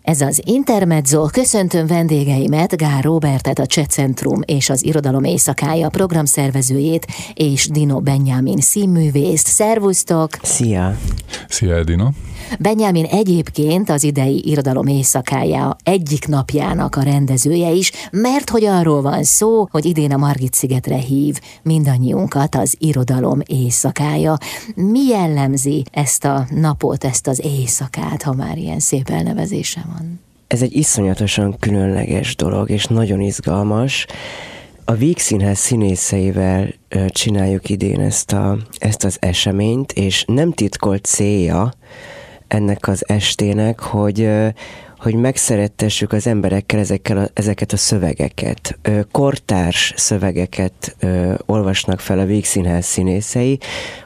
Ez az Intermezzo. Köszöntöm vendégeimet, Gál Róbertet, a Cseh Centrum és az Irodalom Éjszakája programszervezőjét, és Dino Benjamin színművészt. Szervusztok! Szia! Szia, Edina! Benjamin egyébként az idei Irodalom Éjszakája egyik napjának a rendezője is, mert hogy arról van szó, hogy idén a Margit-szigetre hív mindannyiunkat az Irodalom Éjszakája. Mi jellemzi ezt a napot, ezt az éjszakát, ha már ilyen szép elnevezése van? Ez egy iszonyatosan különleges dolog, és nagyon izgalmas. A Víg Színház színészeivel csináljuk idén ezt az eseményt, és nem titkolt célja ennek az estének, hogy megszerettessük az emberekkel ezeket a szövegeket. Kortárs szövegeket olvasnak fel a Víg Színház színészei,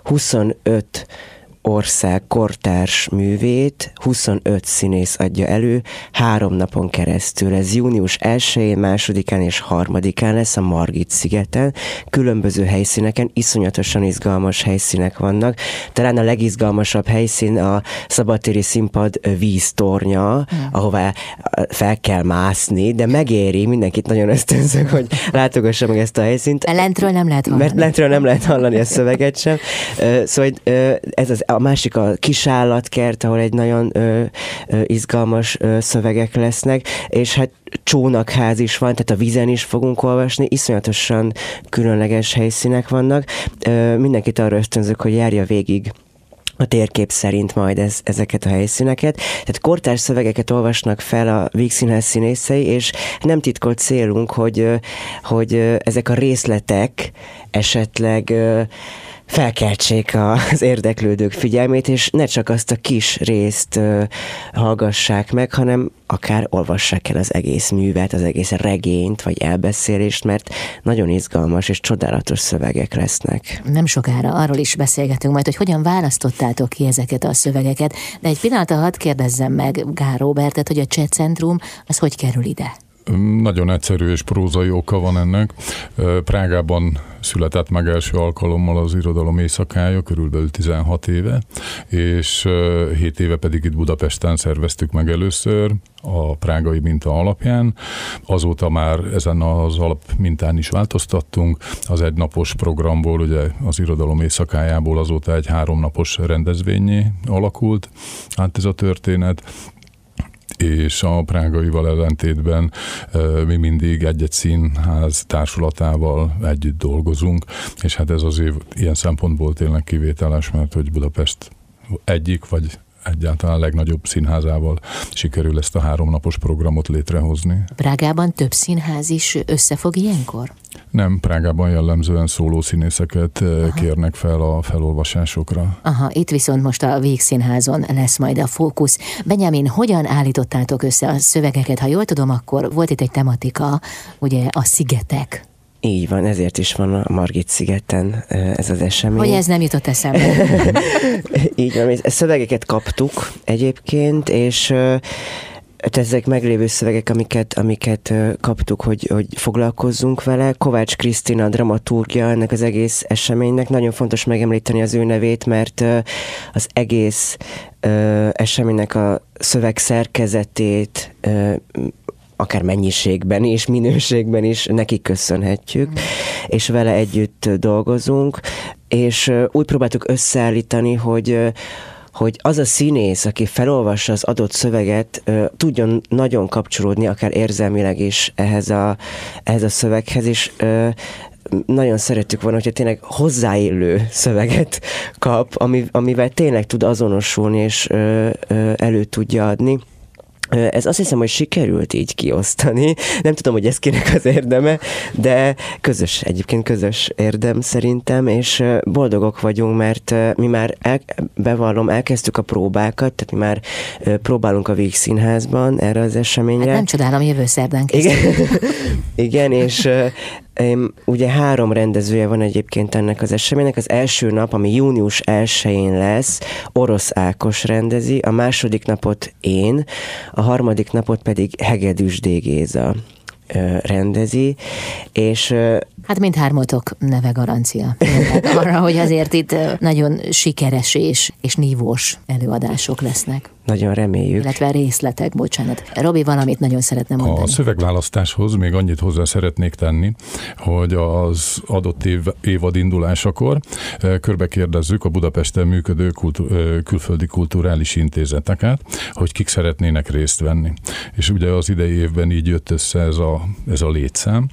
25 ország kortárs művét 25 színész adja elő 3 napon keresztül. Ez június 1-én, 2-án és 3-án lesz a Margit-szigeten. Különböző helyszíneken, iszonyatosan izgalmas helyszínek vannak. Talán a legizgalmasabb helyszín a szabadtéri színpad víztornya, ahová fel kell mászni, de megéri, mindenkit nagyon ösztönzök, hogy látogassa meg ezt a helyszínt. Lentről nem lehet hallani. Mert lentről nem lehet hallani a szöveget sem. Szóval ez a másik a Kisállatkert, ahol egy nagyon izgalmas szövegek lesznek, és hát Csónakház is van, tehát a vízen is fogunk olvasni, iszonyatosan különleges helyszínek vannak. Mindenkit arra ösztönzök, hogy járja végig a térkép szerint majd ezeket a helyszíneket. Tehát kortárs szövegeket olvasnak fel a Víg Színház színészei, és nem titkolt célunk, hogy ezek a részletek esetleg felkeltsék az érdeklődők figyelmét, és ne csak azt a kis részt hallgassák meg, hanem akár olvassák el az egész művet, az egész regényt, vagy elbeszélést, mert nagyon izgalmas és csodálatos szövegek lesznek. Nem sokára arról is beszélgetünk majd, hogy hogyan választottátok ki ezeket a szövegeket, de egy pillanatra hadd kérdezzem meg Gál Róbertet, hogy a Cseh Centrum az hogy kerül ide? Nagyon egyszerű és prózai oka van ennek. Prágában született meg első alkalommal az Irodalom Éjszakája, körülbelül 16 éve, és 7 éve pedig itt Budapesten szerveztük meg először a prágai minta alapján. Azóta már ezen az alapmintán is változtattunk. Az egynapos programból, ugye az Irodalom Éjszakájából azóta egy 3 napos rendezvényé alakult át ez a történet, és a prágaival ellentétben mi mindig egy-egy színház társulatával együtt dolgozunk, és hát ez azért ilyen szempontból tényleg kivételes, mert hogy Budapest egyik, vagy egyáltalán legnagyobb színházával sikerül ezt a 3 napos programot létrehozni. Prágában több színház is összefog ilyenkor? Nem, Prágában jellemzően szólószínészeket kérnek fel a felolvasásokra. Aha, itt viszont most a Víg Színházon lesz majd a fókusz. Benjamin, hogyan állítottátok össze a szövegeket? Ha jól tudom, akkor volt itt egy tematika, ugye a szigetek. Így van, ezért is van a Margit-szigeten ez az esemény. Hogy ez nem jutott eszembe. Így van, szövegeket kaptuk egyébként, és ezek meglévő szövegek, amiket kaptuk, hogy foglalkozzunk vele. Kovács Krisztina a dramaturgia ennek az egész eseménynek. Nagyon fontos megemlíteni az ő nevét, mert az egész eseménynek a szöveg szerkezetét akár mennyiségben és minőségben is neki köszönhetjük, és vele együtt dolgozunk, és úgy próbáltuk összeállítani, hogy az a színész, aki felolvassa az adott szöveget, tudjon nagyon kapcsolódni, akár érzelmileg is ehhez a szöveghez, és nagyon szerettük volna, hogyha tényleg hozzáillő szöveget kap, amivel tényleg tud azonosulni, és elő tudja adni. Ez azt hiszem, hogy sikerült így kiosztani. Nem tudom, hogy ez kinek az érdeme, de egyébként közös érdem szerintem, és boldogok vagyunk, mert mi már elkezdtük a próbákat, tehát mi már próbálunk a Víg Színházban erre az eseményre. Hát nem csodálom, jövő szerdán kezdjük. Igen, és ugye 3 rendezője van egyébként ennek az eseménynek. Az első nap, ami június 1-én lesz, Orosz Ákos rendezi, a második napot én, a harmadik napot pedig Hegedűs D. Géza rendezi, és Hát mindhármatok neve garancia. Arra, hogy azért itt nagyon sikeres és nívós előadások lesznek. Nagyon reméljük. Illetve részletek, bocsánat. Robi valamit nagyon szeretne mondani. A szövegválasztáshoz még annyit hozzá szeretnék tenni, hogy az adott évad indulásakor körbekérdezzük a Budapesten működő külföldi kulturális intézeteket, hogy kik szeretnének részt venni. És ugye az idei évben így jött össze ez a létszám,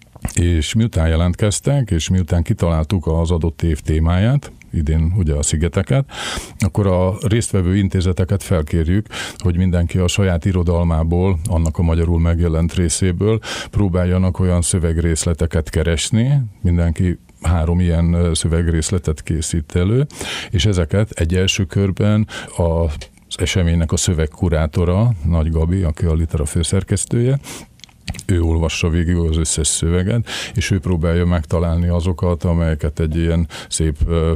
és miután jelentkeztek, és miután kitaláltuk az adott év témáját, idén ugye a szigeteket, akkor a résztvevő intézeteket felkérjük, hogy mindenki a saját irodalmából, annak a magyarul megjelent részéből próbáljanak olyan szövegrészleteket keresni, mindenki 3 ilyen szövegrészletet készít elő, és ezeket egy első körben az eseménynek a szövegkurátora, Nagy Gabi, aki a Litera főszerkesztője, ő olvassa végig az összes szöveget, és ő próbálja megtalálni azokat, amelyeket egy ilyen szép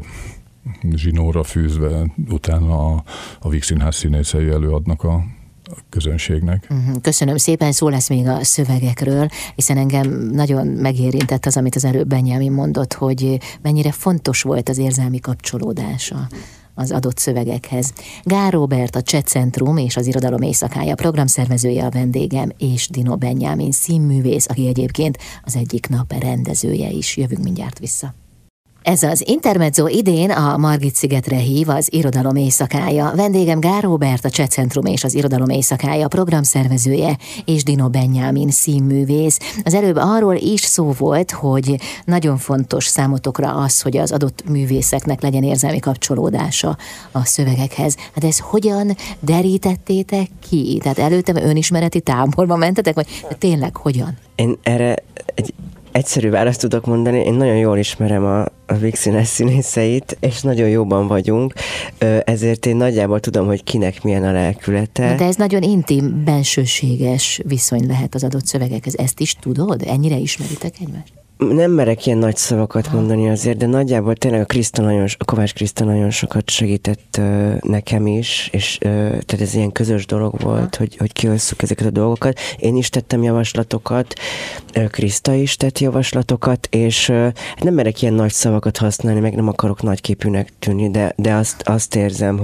zsinórra fűzve utána a Víg Színház színészei előadnak a közönségnek. Köszönöm szépen, szó lesz még a szövegekről, hiszen engem nagyon megérintett az, amit az előbb Benyámin mondott, hogy mennyire fontos volt az érzelmi kapcsolódása az adott szövegekhez. Gál Róbert, a Cseh Centrum és az Irodalom Éjszakája programszervezője a vendégem, és Dino Benyámin színművész, aki egyébként az Egyik nap rendezője is. Jövünk mindjárt vissza. Ez az Intermezzo idén a Margit-szigetre hív az Irodalom Éjszakája. Vendégem Gál Róbert, a Cseh Centrum és az Irodalom Éjszakája programszervezője, és Dino Benyámin színművész. Az előbb arról is szó volt, hogy nagyon fontos számotokra az, hogy az adott művészeknek legyen érzelmi kapcsolódása a szövegekhez. Hát ezt hogyan derítettétek ki? Tehát előtte önismereti táborba mentetek, vagy tényleg hogyan? Én erre egy egyszerű választ tudok mondani, én nagyon jól ismerem a Víg Színház színészeit, és nagyon jóban vagyunk, ezért én nagyjából tudom, hogy kinek milyen a lelkülete. De ez nagyon intim, bensőséges viszony lehet az adott szövegekhez. Ezt is tudod? Ennyire ismeritek egymást? Nem merek ilyen nagy szavakat mondani azért, de nagyjából tényleg a Kovács Kriszta nagyon sokat segített nekem is, és tehát ez ilyen közös dolog volt, hogy kihozzuk ezeket a dolgokat. Én is tettem javaslatokat, Kriszta is tett javaslatokat, és nem merek ilyen nagy szavakat használni, meg nem akarok nagyképűnek tűnni, de azt érzem,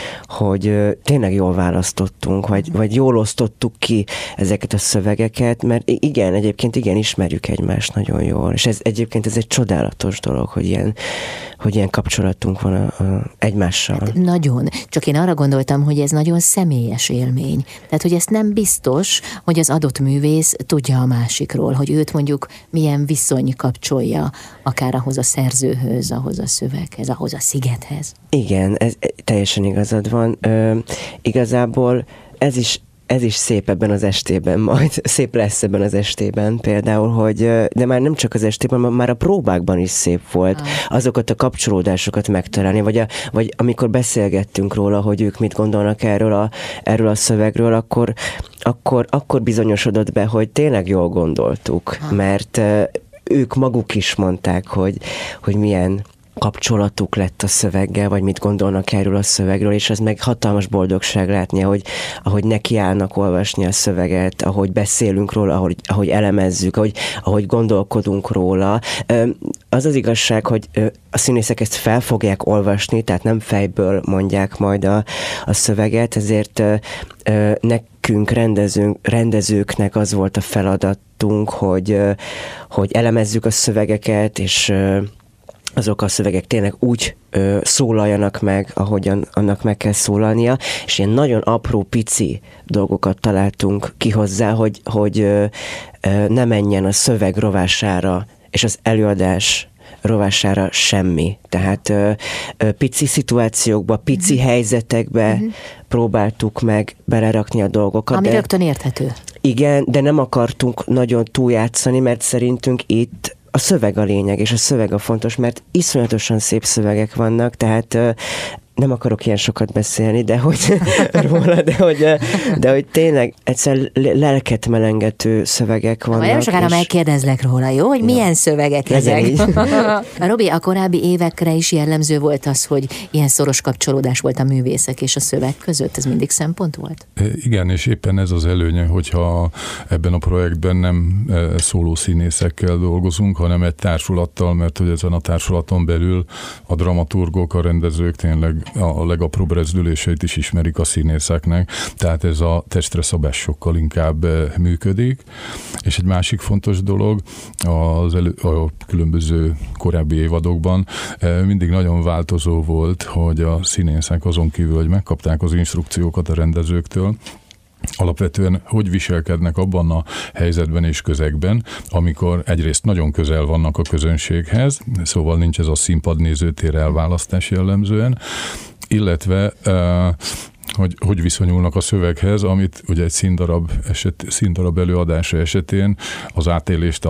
hogy tényleg jól választottunk, vagy jól osztottuk ki ezeket a szövegeket, mert igen, egyébként ismerjük egymást nagyon jól. És egyébként ez egy csodálatos dolog, hogy ilyen kapcsolatunk van egymással. Hát nagyon. Csak én arra gondoltam, hogy ez nagyon személyes élmény. Tehát, hogy ezt nem biztos, hogy az adott művész tudja a másikról, hogy őt mondjuk milyen viszony kapcsolja, akár ahhoz a szerzőhöz, ahhoz a szöveghez, ahhoz a szigethez. Igen, ez teljesen igazad van. Igazából ez is szép ebben az estében majd, szép lesz ebben az estében például, de már nem csak az estében, már a próbákban is szép volt azokat a kapcsolódásokat megtalálni, vagy amikor beszélgettünk róla, hogy ők mit gondolnak erről a szövegről, akkor bizonyosodott be, hogy tényleg jól gondoltuk, mert ők maguk is mondták, hogy milyen kapcsolatuk lett a szöveggel, vagy mit gondolnak erről a szövegről, és ez meg hatalmas boldogság látni, ahogy nekiállnak olvasni a szöveget, ahogy beszélünk róla, ahogy elemezzük, ahogy gondolkodunk róla. Az az igazság, hogy a színészek ezt fel fogják olvasni, tehát nem fejből mondják majd a szöveget, ezért nekünk rendezőknek az volt a feladatunk, hogy elemezzük a szövegeket, és azok a szövegek tényleg úgy szólaljanak meg, ahogyan annak meg kell szólalnia, és ilyen nagyon apró, pici dolgokat találtunk ki hozzá, hogy ne menjen a szöveg rovására, és az előadás rovására semmi. Tehát pici szituációkba, pici helyzetekbe próbáltuk meg belerakni a dolgokat. Ami rögtön érthető. Igen, de nem akartunk nagyon túljátszani, mert szerintünk itt a szöveg a lényeg, és a szöveg a fontos, mert iszonyatosan szép szövegek vannak, tehát nem akarok ilyen sokat beszélni, de hogy róla, de hogy tényleg egyszer lelket melengető szövegek vannak. Nagyon sokára megkérdezlek róla, jó? Hogy milyen szövegek ezek? Robi, a korábbi évekre is jellemző volt az, hogy ilyen szoros kapcsolódás volt a művészek és a szöveg között? Ez mindig szempont volt? Igen, és éppen ez az előnye, hogyha ebben a projektben nem szóló színészekkel dolgozunk, hanem egy társulattal, mert hogy ezen a társulaton belül a dramaturgok, a rendezők tényleg a legapróbb rezdüléseit is ismerik a színészeknek, tehát ez a testre szabás sokkal inkább működik. És egy másik fontos dolog, a különböző korábbi évadokban mindig nagyon változó volt, hogy a színészek azon kívül, hogy megkapták az instrukciókat a rendezőktől, alapvetően hogy viselkednek abban a helyzetben és közegben, amikor egyrészt nagyon közel vannak a közönséghez, szóval nincs ez a színpadnézőtér elválasztás jellemzően, illetve hogy viszonyulnak a szöveghez, amit ugye egy színdarab előadása esetén az átélést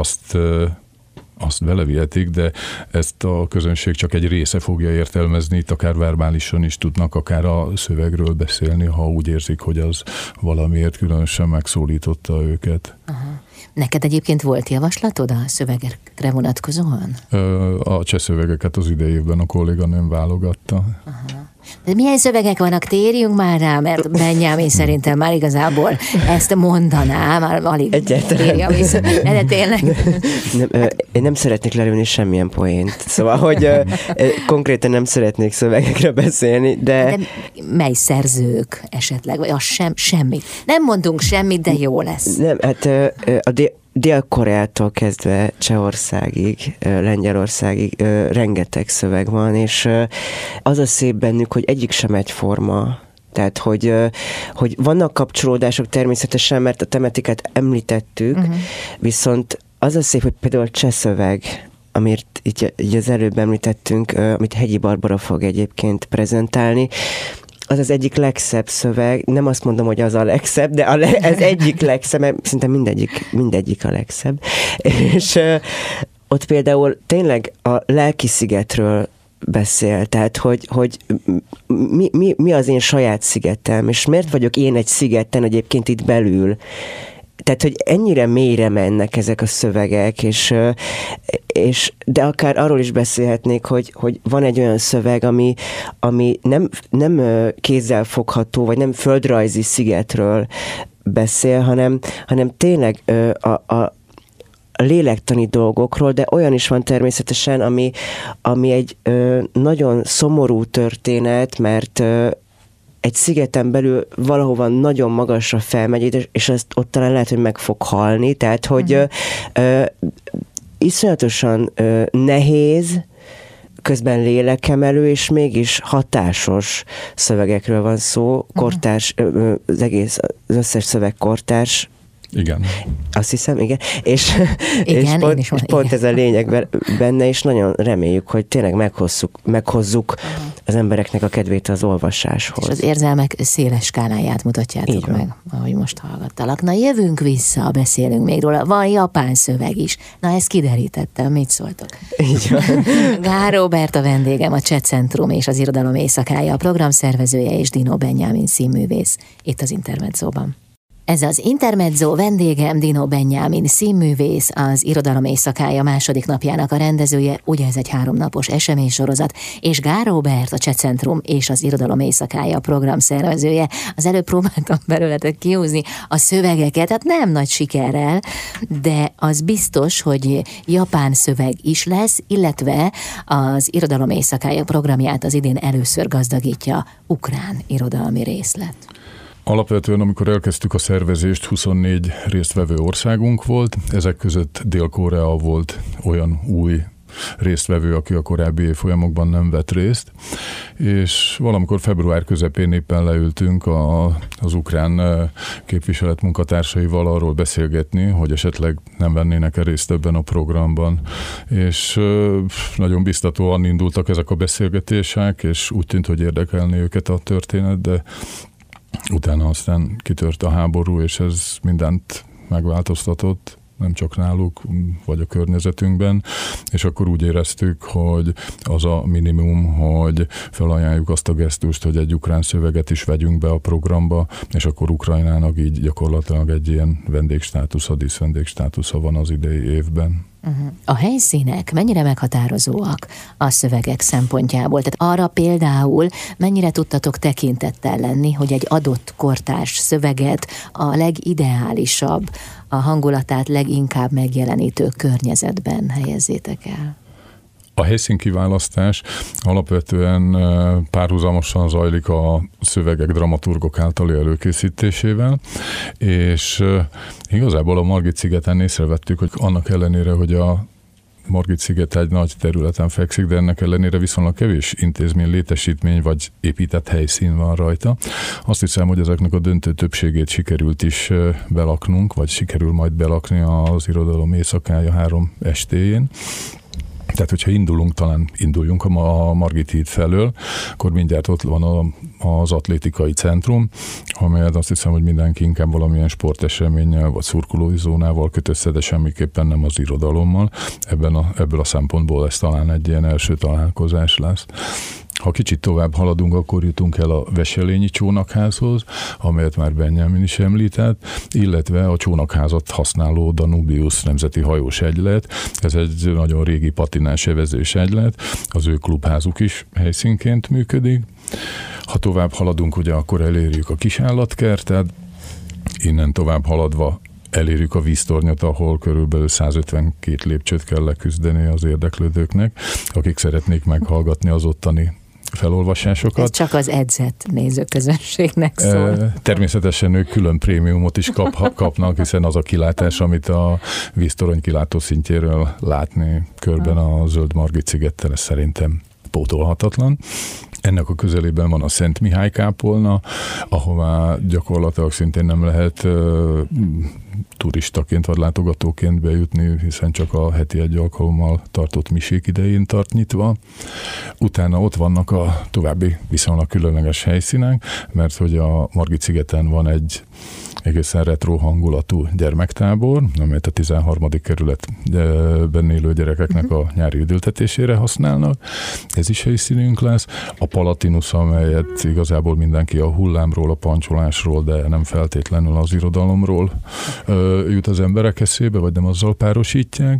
azt belevihetik, de ezt a közönség csak egy része fogja értelmezni, itt akár verbálisan is tudnak akár a szövegről beszélni, ha úgy érzik, hogy az valamiért különösen megszólította őket. Aha. Neked egyébként volt javaslatod a szövegekre vonatkozóan? A cseh szövegeket az idei évben a kolléganőm válogatta. Aha. De milyen szövegek vannak? Térjünk már rá, mert Benjamin szerintem már igazából ezt mondaná, már alig írja vissza. De tényleg. Én nem szeretnék lerülni semmilyen poént. Szóval, hogy konkrétan nem szeretnék szövegekre beszélni, de mely szerzők esetleg, vagy az semmi. Nem mondunk semmit, de jó lesz. Nem, hát a Dél-Koreától kezdve Csehországig, Lengyelországig rengeteg szöveg van, és az a szép bennük, hogy egyik sem egyforma. Tehát, hogy vannak kapcsolódások természetesen, mert a tematikát említettük, viszont az a szép, hogy például a cseh szöveg, amit így az előbb említettünk, amit Hegyi Barbara fog egyébként prezentálni, az az egyik legszebb szöveg, nem azt mondom, hogy az a legszebb, de ez egyik legszebb, mert szinte mindegyik a legszebb. És ott például tényleg a lelki szigetről beszél, tehát hogy mi az én saját szigetem, és miért vagyok én egy szigeten egyébként itt belül. Tehát, hogy ennyire mélyre mennek ezek a szövegek, de akár arról is beszélhetnék, hogy van egy olyan szöveg, ami nem kézzelfogható, vagy nem földrajzi szigetről beszél, hanem tényleg a lélektani dolgokról, de olyan is van természetesen, ami egy nagyon szomorú történet, mert egy szigeten belül valahova nagyon magasra felmegy, és ezt ott talán lehet, hogy meg fog halni, tehát, hogy iszonyatosan nehéz, közben lélekemelő, és mégis hatásos szövegekről van szó, kortárs, az összes szöveg kortárs. Igen. Azt hiszem, igen. És pont ez a lényeg benne, és nagyon reméljük, hogy tényleg meghozzuk az embereknek a kedvét az olvasáshoz. És az érzelmek széles skáláját mutatjátok meg, ahogy most hallgattalak. Na, jövünk vissza, beszélünk még róla. Van japán szöveg is. Na, ezt kiderítettem, mit szóltok? Így van. Gál Róbert a vendégem, a Cseh Centrum és az Irodalom Éjszakája, a programszervezője, és Dino Benjamin színművész itt az Intermedzóban. Ez az Intermezzo, vendégem Dino Benjamin színművész, az Irodalom Éjszakája második napjának a rendezője, ugye ez egy 3 napos eseménysorozat, és Gál Róbert, a Cseh Centrum és az Irodalom Éjszakája programszervezője. Az előbb próbáltam belőletek kihúzni a szövegeket, hát nem nagy sikerrel, de az biztos, hogy japán szöveg is lesz, illetve az Irodalom Éjszakája programját az idén először gazdagítja ukrán irodalmi részlet. Alapvetően, amikor elkezdtük a szervezést, 24 résztvevő országunk volt, ezek között Dél-Korea volt olyan új résztvevő, aki a korábbi évfolyamokban nem vett részt, és valamikor február közepén éppen leültünk az ukrán képviselet munkatársaival arról beszélgetni, hogy esetleg nem vennének részt ebben a programban, és nagyon biztatóan indultak ezek a beszélgetések, és úgy tűnt, hogy érdekelni őket a történet, de utána aztán kitört a háború, és ez mindent megváltoztatott. nem csak náluk, vagy a környezetünkben, és akkor úgy éreztük, hogy az a minimum, hogy felajánljuk azt a gesztust, hogy egy ukrán szöveget is vegyünk be a programba, és akkor Ukrajnának így gyakorlatilag egy ilyen vendégstátusza, díszvendégstátusza van az idei évben. A helyszínek mennyire meghatározóak a szövegek szempontjából? Tehát arra például mennyire tudtatok tekintettel lenni, hogy egy adott kortárs szöveget a legideálisabb, a hangulatát leginkább megjelenítő környezetben helyezzétek el? A helyszínkiválasztás alapvetően párhuzamosan zajlik a szövegek dramaturgok általi előkészítésével, és igazából a Margit-szigeten észrevettük, hogy annak ellenére, hogy a Margit-sziget egy nagy területen fekszik, de ennek ellenére viszonylag kevés intézmény, létesítmény vagy épített helyszín van rajta. Azt hiszem, hogy ezeknek a döntő többségét sikerült is belaknunk, vagy sikerül majd belakni az Irodalom éjszakája 3 estéjén. Tehát, hogyha talán induljunk a Margit híd felől, akkor mindjárt ott van az atlétikai centrum, amelyet azt hiszem, hogy mindenki inkább valamilyen sporteseménnyel vagy szurkolói zónával köt össze, de semmiképpen nem az irodalommal. Ebből a szempontból ez talán egy ilyen első találkozás lesz. Ha kicsit tovább haladunk, akkor jutunk el a Veselényi csónakházhoz, amelyet már Benjamin is említett, illetve a csónakházat használó Danubius nemzeti hajós egylet. Ez egy nagyon régi patinás evezős egylet, az ő klubházuk is helyszínként működik. Ha tovább haladunk, ugye akkor elérjük a kisállatkertet, innen tovább haladva elérjük a víztornyot, ahol körülbelül 152 lépcsőt kell leküzdeni az érdeklődőknek, akik szeretnék meghallgatni az ottani felolvasásokat. Ez csak az edzett nézőközönségnek szól. Természetesen ők külön prémiumot is kapnak, hiszen az a kilátás, amit a víztorony kilátó szintjéről látni körben a Zöld Margit-szigettel, ez szerintem pótolhatatlan. Ennek a közelében van a Szent Mihály kápolna, ahová gyakorlatilag szintén nem lehet turistaként vagy látogatóként bejutni, hiszen csak a heti egy alkalommal tartott misék idején tart nyitva. Utána ott vannak a további viszonylag különleges helyszínek, mert hogy a Margit-szigeten van egy egészen retro hangulatú gyermektábor, amelyet a 13. kerületben élő gyerekeknek a nyári üdültetésére használnak. Ez is helyszínünk lesz. A Palatinus, amelyet igazából mindenki a hullámról, a pancsolásról, de nem feltétlenül az irodalomról jut az emberek eszébe, vagy nem azzal párosítják.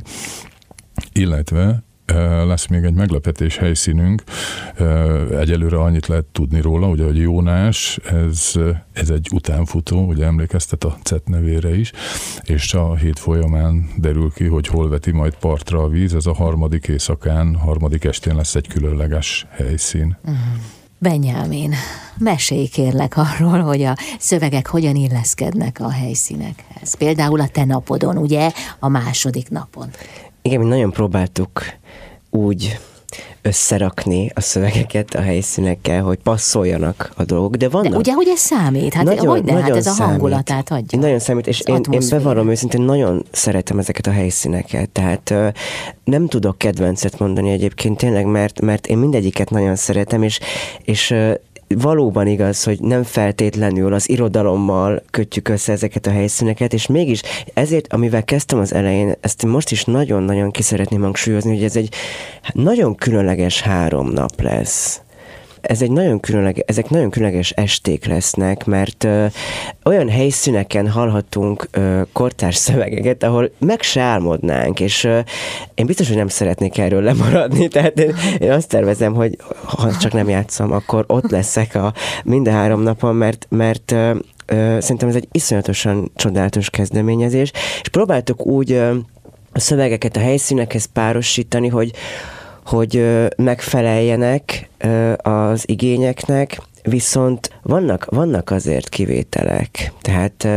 Illetve lesz még egy meglepetés helyszínünk, egyelőre annyit lehet tudni róla, ugye, hogy Jónás, ez egy utánfutó, ugye emlékeztet a CET nevére is, és a hét folyamán derül ki, hogy hol veti majd partra a víz, ez a 3. éjszakán, 3. estén lesz egy különleges helyszín. Benjamin, mesélj kérlek arról, hogy a szövegek hogyan illeszkednek a helyszínekhez. Például a te napodon, ugye, a második napon. Igen, mi nagyon próbáltuk úgy összerakni a szövegeket a helyszínekkel, hogy passzoljanak a dolgok, de vannak... De ugye, hogy ez számít? Hát hát ez a hangulatát adja. Nagyon számít, és én bevallom őszintén, nagyon szeretem ezeket a helyszíneket, tehát nem tudok kedvencet mondani egyébként tényleg, mert én mindegyiket nagyon szeretem, és valóban igaz, hogy nem feltétlenül az irodalommal kötjük össze ezeket a helyszíneket, és mégis ezért, amivel kezdtem az elején, ezt most is nagyon-nagyon ki szeretném hangsúlyozni, hogy ez egy nagyon különleges 3 nap lesz. Ezek nagyon különleges esték lesznek, mert olyan helyszíneken hallhatunk kortárs szövegeket, ahol meg se álmodnánk, és én biztos, hogy nem szeretnék erről lemaradni, tehát én azt tervezem, hogy ha csak nem játszom, akkor ott leszek mind a 3 napon, mert szerintem ez egy iszonyatosan csodálatos kezdeményezés, és próbáltuk úgy a szövegeket a helyszínekhez párosítani, hogy megfeleljenek az igényeknek, viszont vannak azért kivételek. Tehát,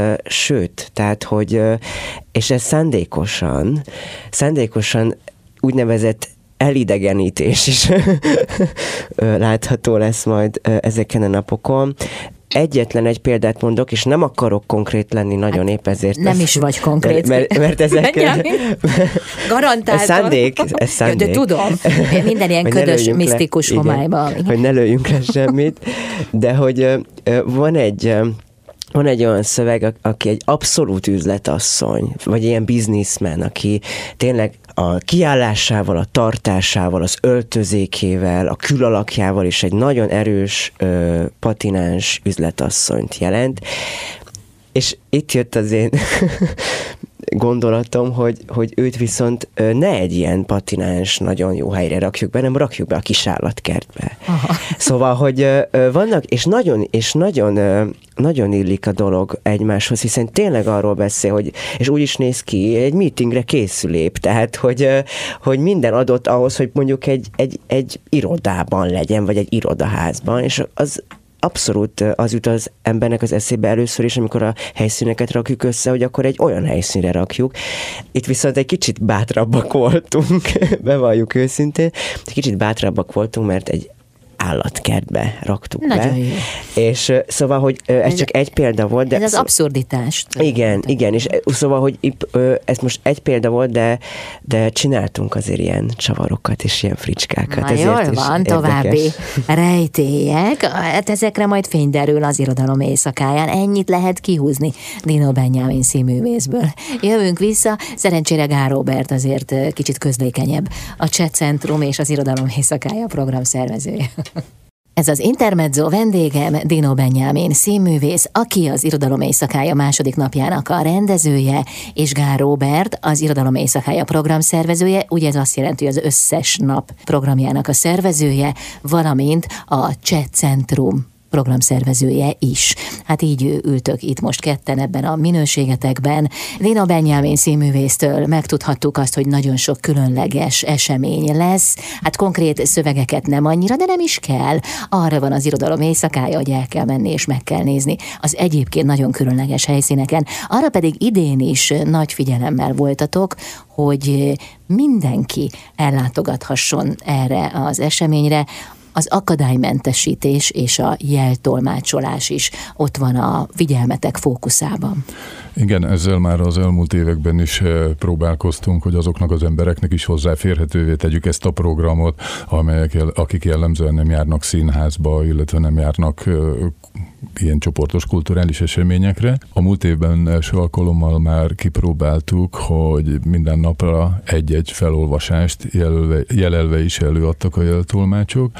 hogy, és ez szándékosan úgynevezett elidegenítés is látható lesz majd ezeken a napokon. Egyetlen egy példát mondok, és nem akarok konkrét lenni nagyon, hát épp ezért. Nem is vagy konkrét. Mert ezek... Garantáltan. Ez szándék. De tudom, minden ilyen ködös, misztikus homályban. Hogy ne lőjünk le semmit, de hogy van van egy olyan szöveg, aki egy abszolút üzletasszony, vagy ilyen bizniszmen, aki tényleg a kiállásával, a tartásával, az öltözékével, a külalakjával is egy nagyon erős, patináns üzletasszonyt jelent. És itt jött az én gondolatom, hogy őt viszont ne egy ilyen patináns, nagyon jó helyre rakjuk be, nem rakjuk be a kis állatkertbe. Aha. Szóval, hogy vannak, és nagyon illik a dolog egymáshoz, hiszen tényleg arról beszél, és úgy is néz ki, egy meetingre készül épp, tehát, hogy minden adott ahhoz, hogy mondjuk egy irodában legyen, vagy egy irodaházban, és az abszolút az jut az embernek az eszébe először is, amikor a helyszíneket rakjuk össze, hogy akkor egy olyan helyszínre rakjuk. Itt viszont egy kicsit bátrabbak voltunk, bevalljuk őszintén, egy kicsit bátrabbak voltunk, mert egy állatkertbe raktuk nagyon be. Jó. És szóval, hogy ez csak egy példa volt. De ez az abszurditást. Igen, és szóval, hogy ez most egy példa volt, de csináltunk azért ilyen csavarokat és ilyen fricskákat. Na, jól van, további rejtélyek. Hát ezekre majd fény derül az Irodalom éjszakáján. Ennyit lehet kihúzni Dino Benyámin színművészből. Jövünk vissza, szerencsére Gál Róbert azért kicsit közlékenyebb. A Cseh Centrum és az Irodalom éjszakája program szervezője. Ez az Intermezzo, vendégem Dino Benyámin színművész, aki az Irodalom éjszakája második napjának a rendezője, és Gál Róbert az Irodalom éjszakája programszervezője, ugye ez azt jelenti, hogy az összes nap programjának a szervezője, valamint a Cseh Centrum programszervezője is. Hát így ültök itt most ketten ebben a minőségetekben. Dino Benyámin színművésztől megtudhattuk azt, hogy nagyon sok különleges esemény lesz. Hát konkrét szövegeket nem annyira, de nem is kell. Arra van az Irodalom éjszakája, hogy el kell menni és meg kell nézni az egyébként nagyon különleges helyszíneken. Arra pedig idén is nagy figyelemmel voltatok, hogy mindenki ellátogathasson erre az eseményre. Az akadálymentesítés és a jeltolmácsolás is ott van a figyelmetek fókuszában. Igen, ezzel már az elmúlt években is próbálkoztunk, hogy azoknak az embereknek is hozzáférhetővé tegyük ezt a programot, akik jellemzően nem járnak színházba, illetve nem járnak ilyen csoportos kulturális eseményekre. A múlt évben első alkalommal már kipróbáltuk, hogy minden napra egy-egy felolvasást jelelve is előadtak a jeltolmácsok.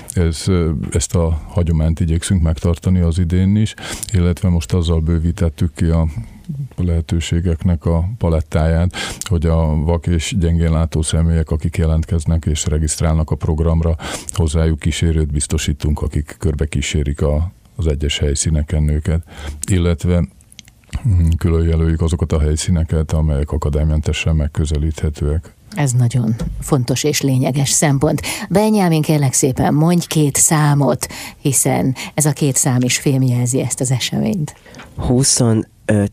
Ezt a hagyományt igyekszünk megtartani az idén is, illetve most azzal bővítettük ki a lehetőségeknek a palettáját, hogy a vak és gyengénlátó személyek, akik jelentkeznek és regisztrálnak a programra, hozzájuk kísérőt biztosítunk, akik körbe kísérik az egyes helyszíneken őket, illetve külön jelöljük azokat a helyszíneket, amelyek akadálymentesen megközelíthetőek. Ez nagyon fontos és lényeges szempont. Benyámin, kérlek szépen, mondj 2 számot, hiszen ez a 2 szám is fémjelzi ezt az eseményt. 25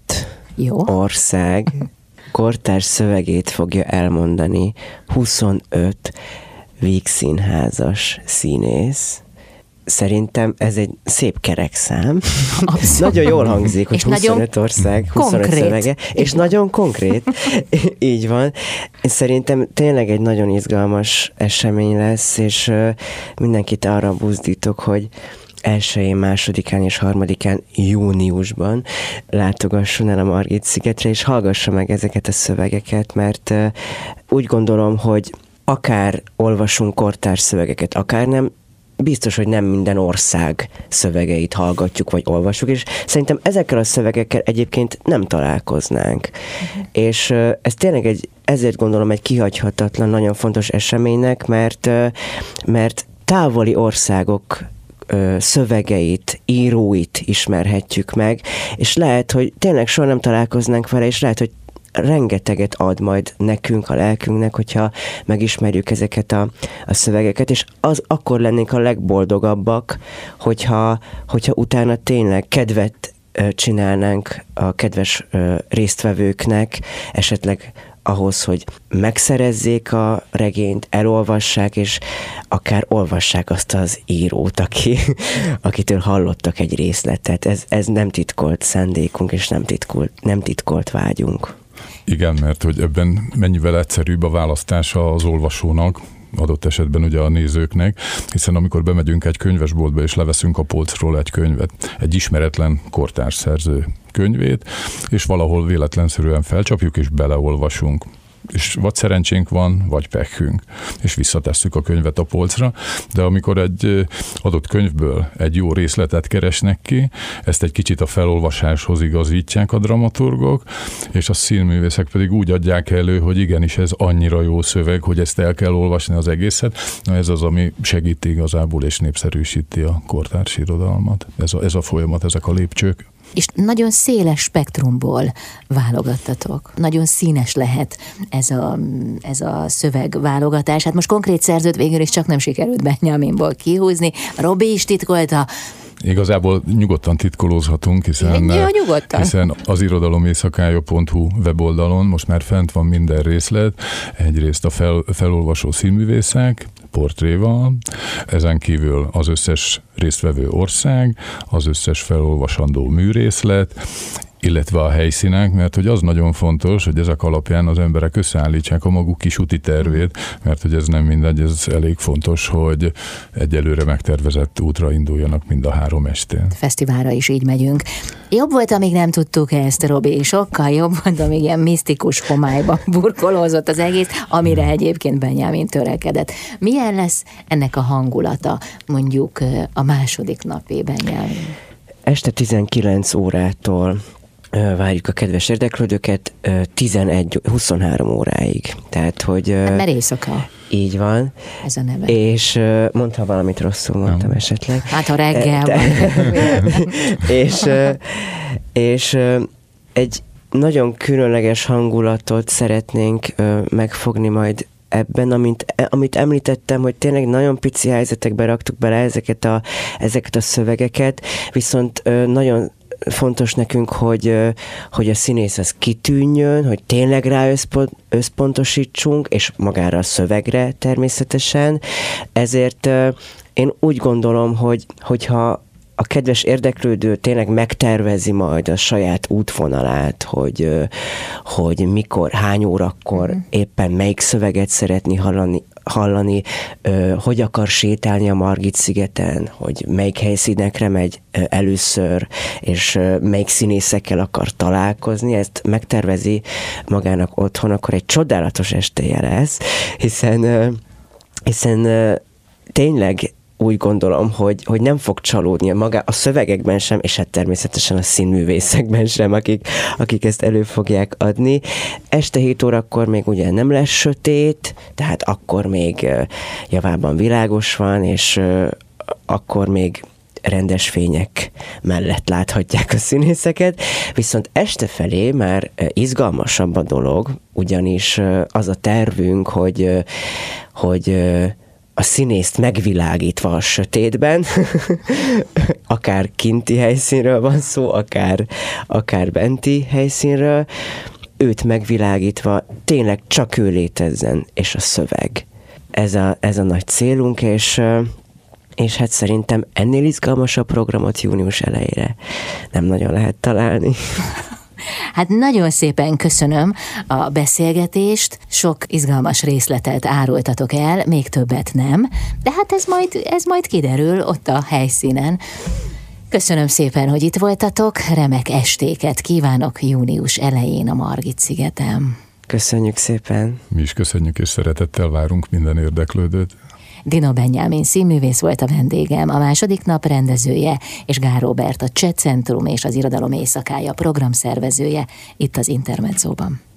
ország kortárs szövegét fogja elmondani 25 vígszínházas színész. Szerintem ez egy szép kerek szám. Nagyon jól hangzik, hogy 25 ország, 25 konkrét szövege, és nagyon konkrét. Így van. Szerintem tényleg egy nagyon izgalmas esemény lesz, és mindenkit arra buzdítok, hogy 1-én, 2-án és 3-án júniusban látogasson el a Margit-szigetre, és hallgassa meg ezeket a szövegeket, mert úgy gondolom, hogy akár olvasunk kortárs szövegeket, akár nem, biztos, hogy nem minden ország szövegeit hallgatjuk, vagy olvasjuk, és szerintem ezekkel a szövegekkel egyébként nem találkoznánk. És ez tényleg ezért gondolom egy kihagyhatatlan, nagyon fontos eseménynek, mert távoli országok szövegeit, íróit ismerhetjük meg, és lehet, hogy tényleg soha nem találkoznánk vele, és lehet, hogy rengeteget ad majd nekünk, a lelkünknek, hogyha megismerjük ezeket a szövegeket, és akkor lennénk a legboldogabbak, hogyha utána tényleg kedvet csinálnánk a kedves résztvevőknek, esetleg ahhoz, hogy megszerezzék a regényt, elolvassák, és akár olvassák azt az írót, akitől hallottak egy részletet. Ez nem titkolt szándékunk, és nem titkolt vágyunk. Igen, mert hogy ebben mennyivel egyszerűbb a választása az olvasónak, adott esetben ugye a nézőknek, hiszen amikor bemegyünk egy könyvesboltba és leveszünk a polcról egy könyvet, egy ismeretlen kortárs szerző könyvét, és valahol véletlenszerűen felcsapjuk és beleolvasunk. És vagy szerencsénk van, vagy pehünk, és visszatesszük a könyvet a polcra, de amikor egy adott könyvből egy jó részletet keresnek ki, ezt egy kicsit a felolvasáshoz igazítják a dramaturgok, és a színművészek pedig úgy adják elő, hogy igenis ez annyira jó szöveg, hogy ezt el kell olvasni az egészet. Na ez az, ami segíti igazából és népszerűsíti a kortárs irodalmat. Ez a folyamat, ezek a lépcsők. És nagyon széles spektrumból válogattatok. Nagyon színes lehet ez a szövegválogatás. Hát most konkrét szerzőt végül is csak nem sikerült Benjaminból kihúzni. Robi is titkolta. Igazából nyugodtan titkolózhatunk, hiszen az irodaloméjszakája.hu weboldalon most már fent van minden részlet. Egyrészt a felolvasó színművészek portréval, ezen kívül az összes résztvevő ország, az összes felolvasandó műrészlet, illetve a helyszínek, mert hogy az nagyon fontos, hogy ezek alapján az emberek összeállítsák a maguk kis úti tervét, mert hogy ez nem mindegy, ez elég fontos, hogy egyelőre megtervezett útra induljanak mind a 3 estén. Fesztiválra is így megyünk. Jobb volt, amíg nem tudtuk ezt, Robi, sokkal jobb volt, amíg ilyen misztikus homályban burkolózott az egész, amire egyébként Benjamin törekedett. Milyen lesz ennek a hangulata, mondjuk a második napé, Benjamin? Este 19 órától várjuk a kedves érdeklődőket 23 óráig. Tehát, hogy... Mert éjszaka. Így van. Ez a neve. És mondta valamit rosszul mondtam esetleg. Hát a reggel van. És egy nagyon különleges hangulatot szeretnénk megfogni majd ebben, amit említettem, hogy tényleg nagyon pici helyzetekbe raktuk bele ezeket a szövegeket, viszont nagyon fontos nekünk, hogy a színész az kitűnjön, hogy tényleg rá összpontosítsunk, és magára a szövegre természetesen. Ezért én úgy gondolom, hogyha a kedves érdeklődő tényleg megtervezi majd a saját útvonalát, hogy mikor, hány órakor éppen melyik szöveget szeretni hallani, hogy akar sétálni a Margit-szigeten, hogy melyik helyszínekre megy először, és melyik színészekkel akar találkozni, ezt megtervezi magának otthon, akkor egy csodálatos estéje lesz, hiszen tényleg úgy gondolom, hogy nem fog csalódni a szövegekben sem, és hát természetesen a színművészekben sem, akik ezt elő fogják adni. Este 7 órakor még ugye nem lesz sötét, tehát akkor még javában világos van, és akkor még rendes fények mellett láthatják a színészeket, viszont este felé már izgalmasabb a dolog, ugyanis az a tervünk, hogy a színészt megvilágítva a sötétben, akár kinti helyszínről van szó, akár benti helyszínről, őt megvilágítva tényleg csak ő létezzen, és a szöveg. Ez a nagy célunk, és hát szerintem ennél izgalmasabb programot június elejére nem nagyon lehet találni. Hát nagyon szépen köszönöm a beszélgetést, sok izgalmas részletet árultatok el, még többet nem, de hát ez majd kiderül ott a helyszínen. Köszönöm szépen, hogy itt voltatok, remek estéket kívánok június elején a Margit-szigeten. Köszönjük szépen. Mi is köszönjük, és szeretettel várunk minden érdeklődőt. Dina Benjamin színművész volt a vendégem, a második nap rendezője, és Gál Róbert a Cseh Centrum és az Irodalom Éjszakája programszervezője itt az Intermedzóban.